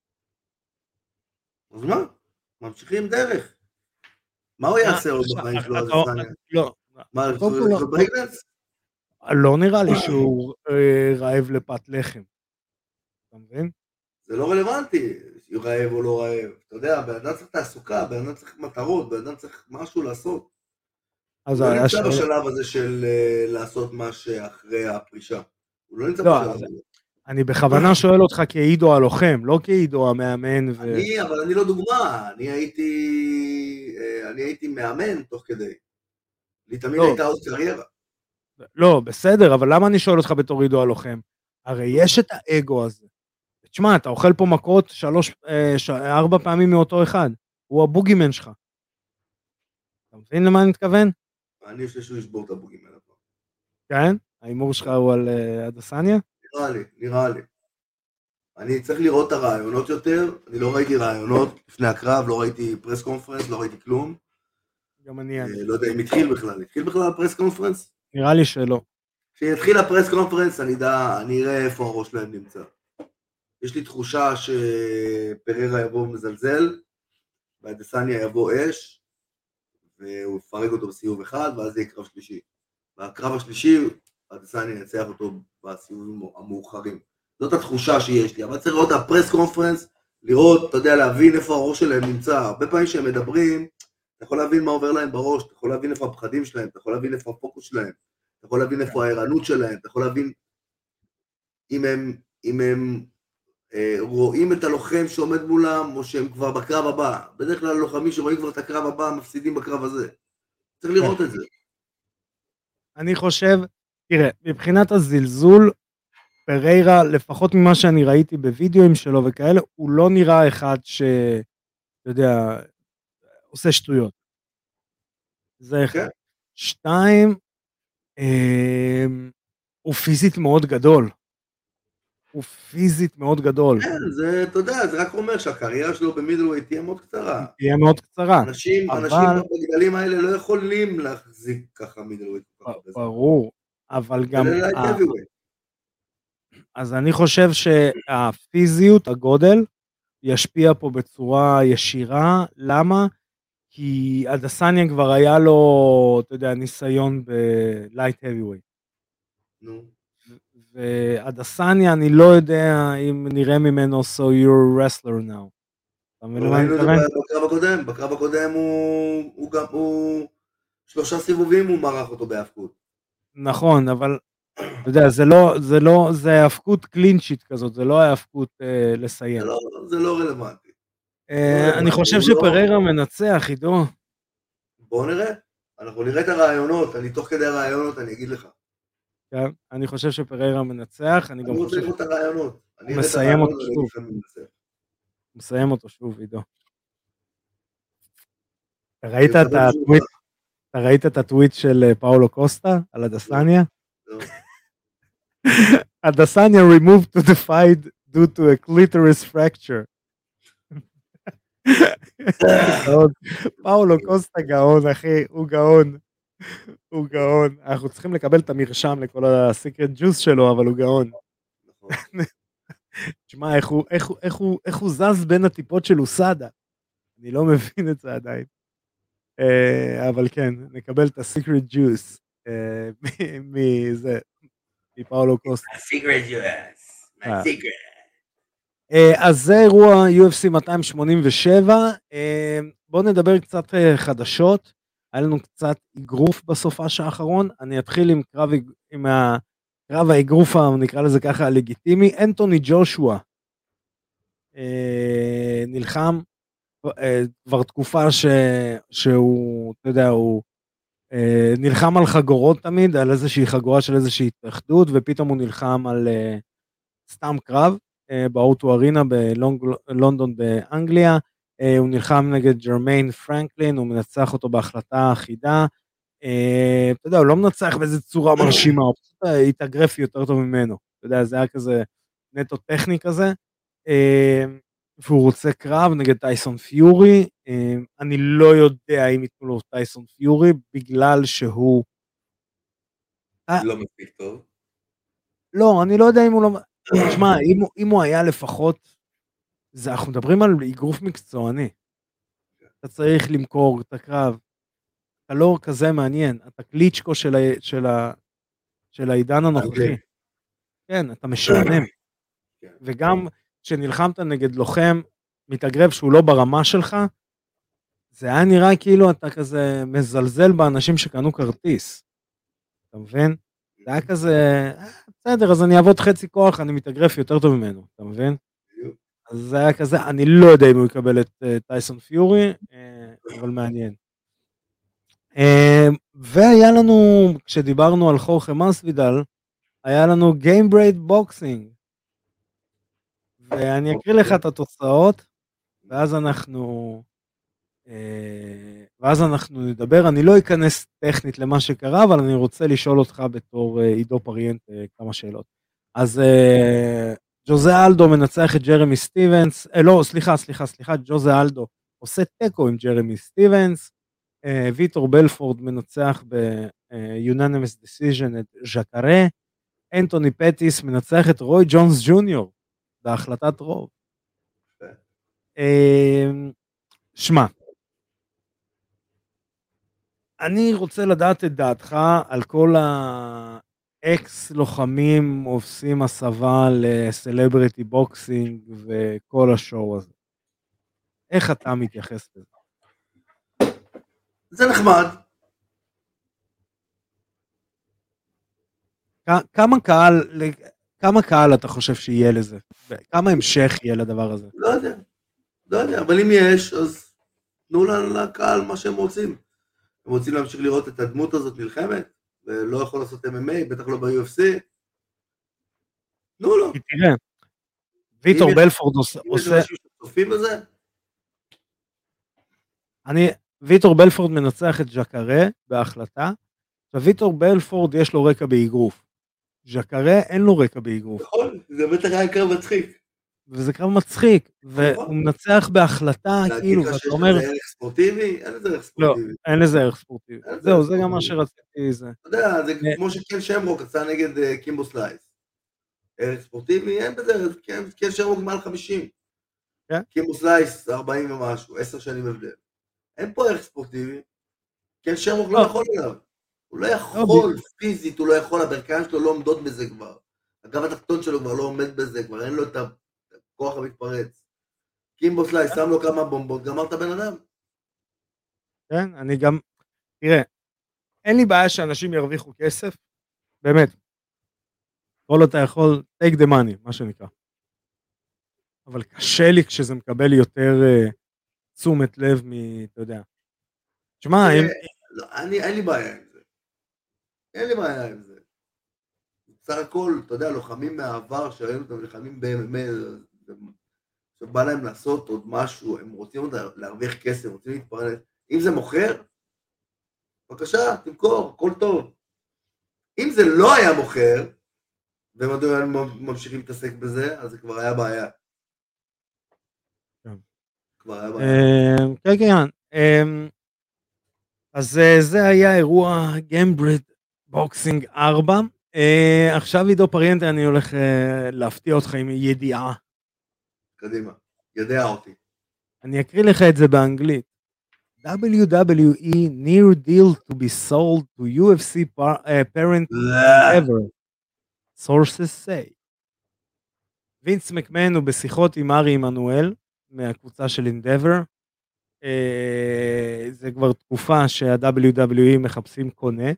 אז מה? ממשיכים דרך. מה הוא יעשה עוד בחיים שלו? לא. מה, הוא ברייקדנס? לא נראה לי שהוא רעב לפת לחם. אתה מבין? זה לא רלוונטי, הוא רעב או לא רעב. אתה יודע, בן אדם צריך תעסוקה, בן אדם צריך מטרות, בן אדם צריך משהו לעשות. הוא לא נמצא בשלב הזה של לעשות מה שאחרי הפרישה. הוא לא נמצא בשלב הזה. אני בכוונה שואל אותך כעידו הלוחם, לא כעידו המאמן. אבל אני לא דוגמה, אני הייתי מאמן תוך כדי. לי תמיד הייתה עוד קריירה. לא, בסדר, אבל למה אני שואל אותך בתור עידו הלוחם? הרי יש את האגו הזה. תשמע, אתה אוכל פה מכות 4 פעמים מאותו אחד. הוא הבוגימן שלך. אתה מבין למה אני מתכוון? אני חושב שהוא ישבור את הבוגימן. כן? האימור שלך הוא על אדסניה? נראה לי. אני צריך לראות את הרעיונות יותר, אני לא ראיתי רעיונות לפני הקרב, לא ראיתי פרס קונפרנס, לא ראיתי כלום. גם אני. לא יודע אם התחיל בכלל הפרס קונפרנס? נראה לי שלא. כשיתחיל הפרס קונפרנס אני אראה איפה הראש שלהם נמצא. יש לי תחושה שפררה יבוא מזלזל, ואדסניה יבוא אש, והוא יפרק אותו בסיבוב אחד, ואז יהיה קרב שלישי. והקרב השלישי, אדסניה ינצח אותו בסיבובים המאוחרים. זאת התחושה שיש לי, אבל צריך לראות את הפרס קונפרנס, לראות, אתה יודע, להבין איפה הראש שלהם נמצא. הרבה פעמים שהם מדברים, אתה יכול להבין מה עובר להם בראש, אתה יכול להבין איפה הפחדים שלהם, אתה יכול להבין איפה הפוקוס שלהם, אתה יכול להבין איפה הערנות שלהם, אתה יכול להבין אם הם רואים את הלוחם שעומד מולם, או שהם כבר בקרב הבא. בדרך כלל הלוחמים שרואים כבר את הקרב הבא, מפסידים בקרב הזה. צריך לראות את זה. אני חושב, תראה, מבחינת הזלזול, פריירה, לפחות ממה שאני ראיתי בווידאוים שלו וכאלה, הוא לא נראה אחד ש... אתה יודע, עושה שטויות. זה אחד. 2, הוא פיזית מאוד גדול. כן, זה, אתה יודע, זה רק אומר שהקריירה שלו במידלווייט תהיה מאוד קצרה. תהיה מאוד קצרה. אנשים בגדלים האלה לא יכולים להחזיק ככה מידלווייט. ברור, אבל גם... אז אני חושב שהפיזיות, הגודל, ישפיע פה בצורה ישירה. למה? כי אדסניה כבר היה לו, אתה יודע, ניסיון בלייט heavyweight. נו. ואדסניה, אני לא יודע אם נראה ממנו, so you're a wrestler now. בקרב הקודם הוא 3 סיבובים הוא מרח אותו בהפקות. נכון, אבל אתה יודע, זה הפקות קלינצ'ית כזאת, זה לא ההפקות לסיים. זה לא רלוונטי. אני חושב שפררה מנצח, עידו. בואו נראה. אנחנו נראה את הרעיונות, אני תוך כדי הרעיונות, אני אגיד לך. כן, אני חושב שפריירה מנצח, אני גם אני רוצה חושב לראות את הרעיונות. אני שהוא אראה את מסיים הרעיונות אותו ואני אגיד שוב, לך מי מנצח. מסיים אותו שוב, עידו. אתה אני ראית את מכבד את הטוויט, שלך. אתה ראית את הטוויט של פאולו קוסטה על לא, הדסניה? לא. הדסניה removed to the fight due to a clitoris fracture. גאון. פאולו קוסטה גאון, אחי, הוא גאון. הוא גאון. אנחנו צריכים לקבל את המרשם לכל הסיקרט ג'וס שלו, אבל הוא גאון. נכון. תשמע, איך הוא זז בין הטיפות של אוסדה. אני לא מבין את זה עדיין. אבל כן, נקבל את הסיקרט ג'וס מזה, מפאולו קוסטה. secret US, my secret. אז זה אירוע UFC 287. בואו נדבר קצת חדשות. היה לנו קצת אגרוף בסופש האחרון. אני אתחיל עם קרב האגרוף, נקרא לזה ככה, הלגיטימי. אנטוני ג'ושוע נלחם כבר תקופה שהוא, אתה יודע, הוא נלחם על חגורות תמיד, על איזושהי חגורה של איזושהי התאחדות, ופתאום הוא נלחם על סתם קרב. באוטו ארינה בלונדון באנגליה, הוא נלחם נגד ג'רמיין פרנקלין, הוא מנצח אותו בהחלטה אחידה, אתה יודע, הוא לא מנצח באיזה צורה מרשימה, הוא פשוט התאגרף יותר טוב ממנו, אתה יודע, זה היה כזה נטו טכני כזה, והוא רוצה קרב נגד טייסון פיורי, אני לא יודע אם ייתנו לו טייסון פיורי, בגלל שהוא... לא מספיק טוב. לא, אני לא יודע אם הוא לא... תשמע, אם הוא היה לפחות, אנחנו מדברים על אגרוף מקצועני. אתה צריך למכור את הקרב. אתה לא כזה מעניין. אתה קליצ'קו של העידן הנוכחי. כן, אתה משעמם. וגם כשנלחמת נגד לוחם מתאגרף שהוא לא ברמה שלך, זה היה נראה כאילו אתה כזה מזלזל באנשים שקנו כרטיס. אתה מבין? זה היה כזה, בסדר, אז אני אעבוד חצי כוח, אני מתאגרף יותר טוב ממנו, אתה מבין? אז זה היה כזה, אני לא יודע אם הוא יקבל את טייסון פיורי, אבל מעניין. והיה לנו, כשדיברנו על חורכה מסוידל, היה לנו גיימברייד בוקסינג, ואני אקריא לך את התוצאות, ואז אנחנו נדבר. אני לא אכנס טכנית למה שקרה, אבל אני רוצה לשאול אותך בתור עידו פריאנט כמה שאלות. אז ג'וזה אלדו מנצח את ג'רמי סטיבנס, לא, סליחה, ג'וזה אלדו עושה טקו עם ג'רמי סטיבנס, ויטור בלפורד מנצח ב-unanimous decision את ז'קרה, אנטוני פטיס מנצח את רוי ג'ונס ג'וניור, בהחלטת רוב. שמע, אני רוצה לדעת את דעתך על כל האקס לוחמים עושים הסבה לסלבריטי בוקסינג וכל השואו הזה. איך אתה מתייחס לזה? זה נחמד. כמה קהל אתה חושב שיהיה לזה? כמה המשך יהיה לדבר הזה? לא יודע, אבל אם יש, אז תנו לקהל מה שהם רוצים. הם רוצים להמשיך לראות את הדמות הזאת נלחמת, ולא יכול לעשות MMA, בטח לא ב-UFC. תנו לו. תראה, ויטור בלפורד עושה... אם יש אנשים שצופים בזה? ויטור בלפורד מנצח את ז'קרה בהחלטה, וויטור בלפורד יש לו רקע באגרוף. ז'קרה אין לו רקע באגרוף. נכון, זה בטח היה קרב מצחיק. וזה קרב מצחיק, והוא מנצח בהחלטה, כאילו, ואתה אומר... להגיד לך שיש לזה ערך ספורטיבי? אין לזה ערך ספורטיבי. לא, אין לזה ערך ספורטיבי. זהו, זה גם מה שרציתי, זה. אתה יודע, זה כמו שקן שמרוק עשה נגד קימבו סלייס. ערך ספורטיבי, אין בזה ערך, קן שמרוק מעל 50. קימבו סלייס, 40 ומשהו, 10 שנים הבדל. אין פה ערך ספורטיבי. קן שמרוק לא יכול אליו. הוא לא יכול, פיזית הוא לא יכול, הברכיים שלו לא עומדות בזה כבר. הגב התחתון שלו כבר לא עומד בזה, כבר אין לו את הכוח המתפרץ. קימבו סלייס, שם לו כמה בומבות, גמר את הבן אדם. כן, אני גם, תראה, אין לי בעיה שאנשים ירוויחו כסף, באמת. כל אתה יכול, take the money, מה שנקרא. אבל קשה לי כשזה מקבל יותר תשומת לב אתה יודע, תשמע, אם... לא, אין לי בעיה עם זה. אין לי בעיה עם זה. בסך הכל, אתה יודע, לוחמים מהעבר, שראינו אותם נלחמים ב-MMA, שבא להם לעשות עוד משהו, הם רוצים עוד להרוויח כסף, רוצים להתפרנס. אם זה מוכר, בבקשה, תמכור, הכל טוב. אם זה לא היה מוכר, והם עדיין ממשיכים להתעסק בזה, אז זה כבר היה בעיה. כבר היה בעיה. כן, כן. אז זה היה אירוע גיימבריד בוקסינג 4. עכשיו עידו פריאנטה, אני הולך להפתיע אותך עם ידיעה. קדימה, ידע אותי. אני אקריא לך את זה באנגלית. WWE near deal to be sold to UFC parent Endeavor. Sources say. וינס מקמן הוא בשיחות עם ארי עמנואל מהקבוצה של Endeavor. זה כבר תקופה שה-WWE מחפשים קונה.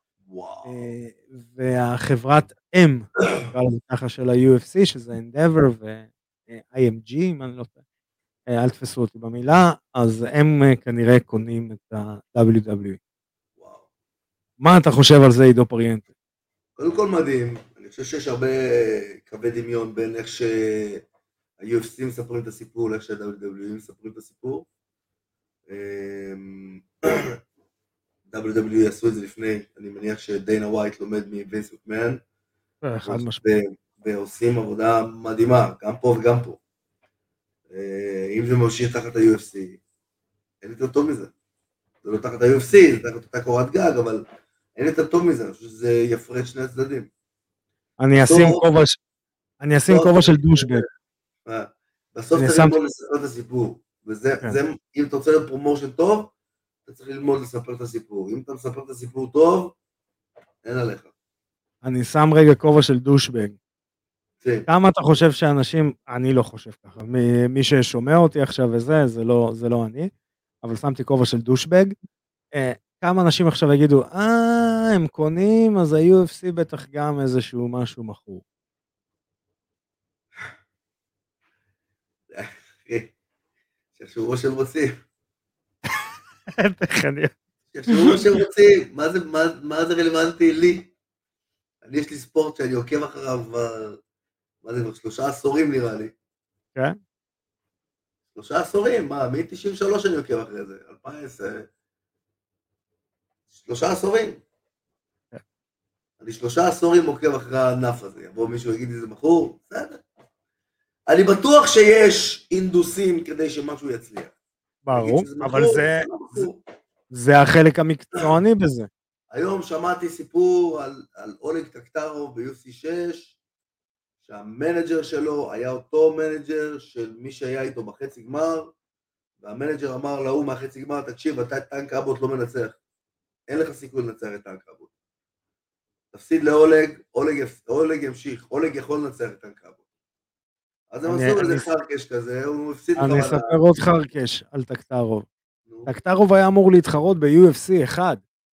והחברת M, נקרא לזה ככה, של ה-UFC, שזה Endeavor ו-IMG, אם אני לא טועה. אל תפסו אותי במילה, אז הם כנראה קונים את ה-WWE. מה אתה חושב על זה, עידו פריאנטה? קודם כל מדהים, אני חושב שיש הרבה קווי דמיון בין איך שה-UFC מספרים את הסיפור, לאיך שה-WWE מספרים את הסיפור. WWE עשו את זה לפני, אני מניח שדיינה ווייט לומד מווינס מקמן, ועושים עבודה מדהימה, גם פה וגם פה. אם זה ממשיך תחת ה-UFC, אין יותר טוב מזה. זה לא תחת ה-UFC, זה תחת אותה קורת גג, אבל אין יותר טוב מזה, אני חושב שזה יפרד שני הצדדים. אני אשים כובע של דושבג. בסוף צריך ללמוד לספר את הסיפור, וזה, אם אתה רוצה להיות פרומושן טוב, אתה צריך ללמוד לספר את הסיפור. אם אתה מספר את הסיפור טוב, אין עליך. אני שם רגע כובע של דושבג. כמה אתה חושב שאנשים, אני לא חושב ככה, מי ששומע אותי עכשיו וזה, זה לא אני, אבל שמתי כובע של דושבג. כמה אנשים עכשיו יגידו, הם קונים, אז ה-UFC בטח גם איזשהו משהו מכור. שיחשבו מה שהם רוצים. תכניות. שיחשבו מה שהם רוצים, מה זה רלוונטי לי? יש לי ספורט שאני עוקב אחריו מה זה כבר 3 עשורים נראה לי. כן? 3 עשורים, מ-93 אני עוקב אחרי זה, 2010. 3 עשורים. אני 3 עשורים עוקב אחרי הענף הזה, יבוא מישהו יגיד לי זה מכור, בסדר. אני בטוח שיש אינדוסים כדי שמשהו יצליח. ברור, אבל זה החלק המקצועני בזה. היום שמעתי סיפור על אולג טקטרוב ב-UFC 6, שהמנג'ר שלו היה אותו מנג'ר של מי שהיה איתו בחצי גמר, והמנג'ר אמר להוא מהחצי גמר, תקשיב, אתה את טנק רבות לא מנצח. אין לך סיכוי לנצח את טנק רבות. תפסיד לאולג, אולג ימשיך, אולג יכול לנצח את טנק רבות. אז הם עשו איזה חרקש כזה, הוא הפסיד לך. אני אספר עוד חרקש על טקטרוב. טקטרוב היה אמור להתחרות ב-UFC 1.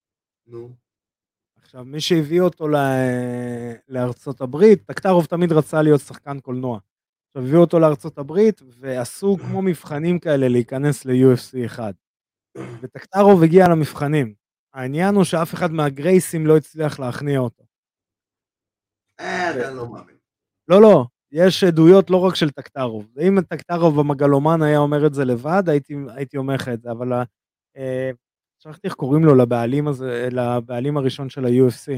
עכשיו, מי שהביא אותו לארצות הברית, טקטרוב תמיד רצה להיות שחקן קולנוע. עכשיו, הביאו אותו לארצות הברית, ועשו כמו מבחנים כאלה להיכנס ל-UFC 1. וטקטרוב הגיע למבחנים. העניין הוא שאף אחד מהגרייסים לא הצליח להכניע אותו. אתה לא מאמין. לא, יש עדויות לא רק של טקטרוב. אם טקטרוב במגלומן היה אומר את זה לבד, הייתי אומר לך את זה, אבל שכחתי איך קוראים לו לבעלים הראשון של ה-UFC.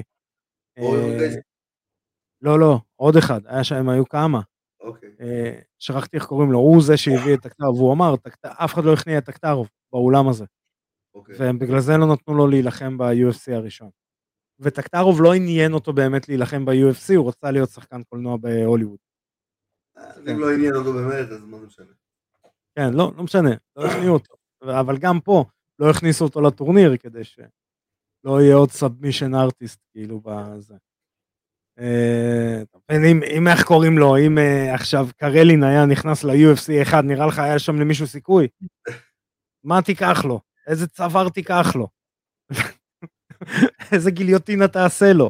לא, עוד אחד, הם היו כמה. שכחתי איך קוראים לו, הוא זה שהביא את טקטרוב, והוא אמר, אף אחד לא הכניע את טקטרוב באולם הזה. ובגלל זה לא נתנו לו להילחם ב-UFC הראשון. וטקטרוב לא עניין אותו באמת להילחם ב-UFC, הוא רצה להיות שחקן קולנוע בהוליווד. אם לא עניין אותו באמת, אז מה זה משנה? כן, לא משנה, לא הכניעו אותו. אבל גם פה, לא הכניסו אותו לטורניר, כדי שלא יהיה עוד סאבמישן ארטיסט, כאילו, בזה. אם איך קוראים לו, אם עכשיו קרלין היה נכנס ל-UFC 1, נראה לך היה שם למישהו סיכוי? מה תיקח לו? איזה צוואר תיקח לו? איזה גיליוטינה תעשה לו?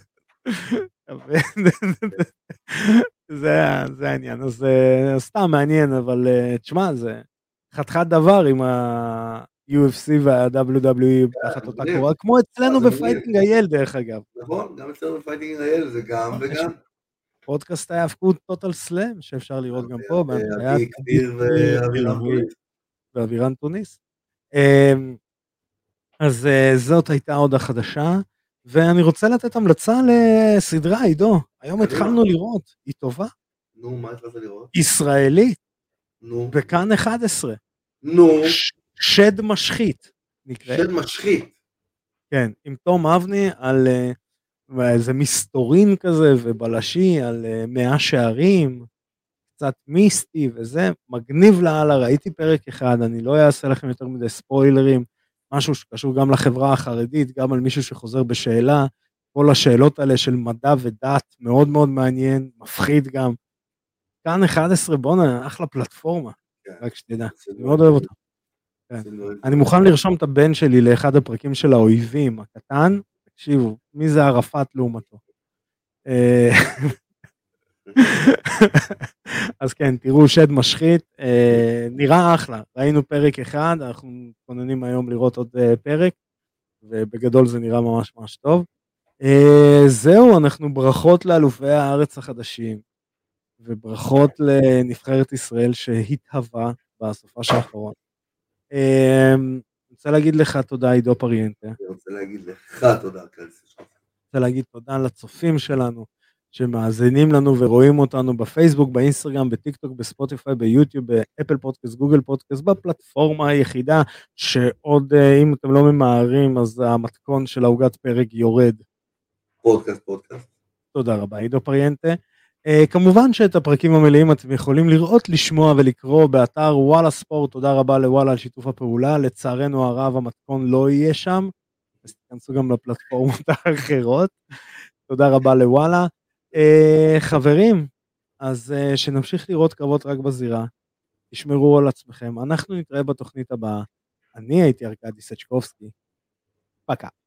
זה העניין, אז סתם מעניין, אבל תשמע, זה חתיכת דבר עם UFC וה-WWE תחת אותה קורה, כמו אצלנו בפייטינג אייל דרך אגב. נכון, גם אצלנו בפייטינג אייל זה גם וגם. פודקאסט ההאבקות טוטל סלאם, שאפשר לראות גם פה, בהנחיית עדי כפיר ואבירם טוניס. ואבירם טוניס. אז זאת הייתה עוד החדשה, ואני רוצה לתת המלצה לסדרה, עידו. היום התחלנו לראות, היא טובה. נו, מה התחלת לראות? ישראלית. נו. בכאן 11. נו. שד משחית. שד משחית. כן, עם תום אבני על איזה מסתורין כזה ובלשי, על 100 שערים, קצת מיסטי וזה, מגניב לאללה, ראיתי פרק אחד, אני לא אעשה לכם יותר מדי ספוילרים, משהו שקשור גם לחברה החרדית, גם על מישהו שחוזר בשאלה, כל השאלות האלה של מדע ודת, מאוד מאוד מעניין, מפחיד גם. כאן 11, בונה, אחלה פלטפורמה, רק שתדע, אני מאוד אוהב אותה. אני מוכן לרשום את הבן שלי לאחד הפרקים של האויבים, הקטן, תקשיבו, מי זה ערפאת לעומתו? אז כן, תראו שד משחית, נראה אחלה, ראינו פרק אחד, אנחנו מתכוננים היום לראות עוד פרק, ובגדול זה נראה ממש ממש טוב. זהו, אנחנו ברכות לאלופי הארץ החדשים, וברכות לנבחרת ישראל שהתהווה בסופה האחרון. אני רוצה להגיד לך תודה עידו פריאנטה. אני רוצה להגיד לך תודה קלסי. אני רוצה להגיד תודה לצופים שלנו, שמאזינים לנו ורואים אותנו בפייסבוק, באינסטגרם, בטיקטוק, בספוטיפיי, ביוטיוב, באפל פודקאסט, גוגל פודקאסט, בפלטפורמה היחידה, שעוד אם אתם לא ממהרים, אז המתכון של העוגת פרק יורד. פודקאסט. תודה רבה, עידו פריאנטה. כמובן שאת הפרקים המלאים אתם יכולים לראות, לשמוע ולקרוא באתר וואלה ספורט, תודה רבה לוואלה על שיתוף הפעולה, לצערנו הרב המתכון לא יהיה שם, אז תכנסו גם לפלטפורמות האחרות, תודה רבה לוואלה. חברים, אז שנמשיך לראות קרבות רק בזירה, תשמרו על עצמכם, אנחנו נתראה בתוכנית הבאה, אני הייתי ארקדי סצ'קובסקי, פקה.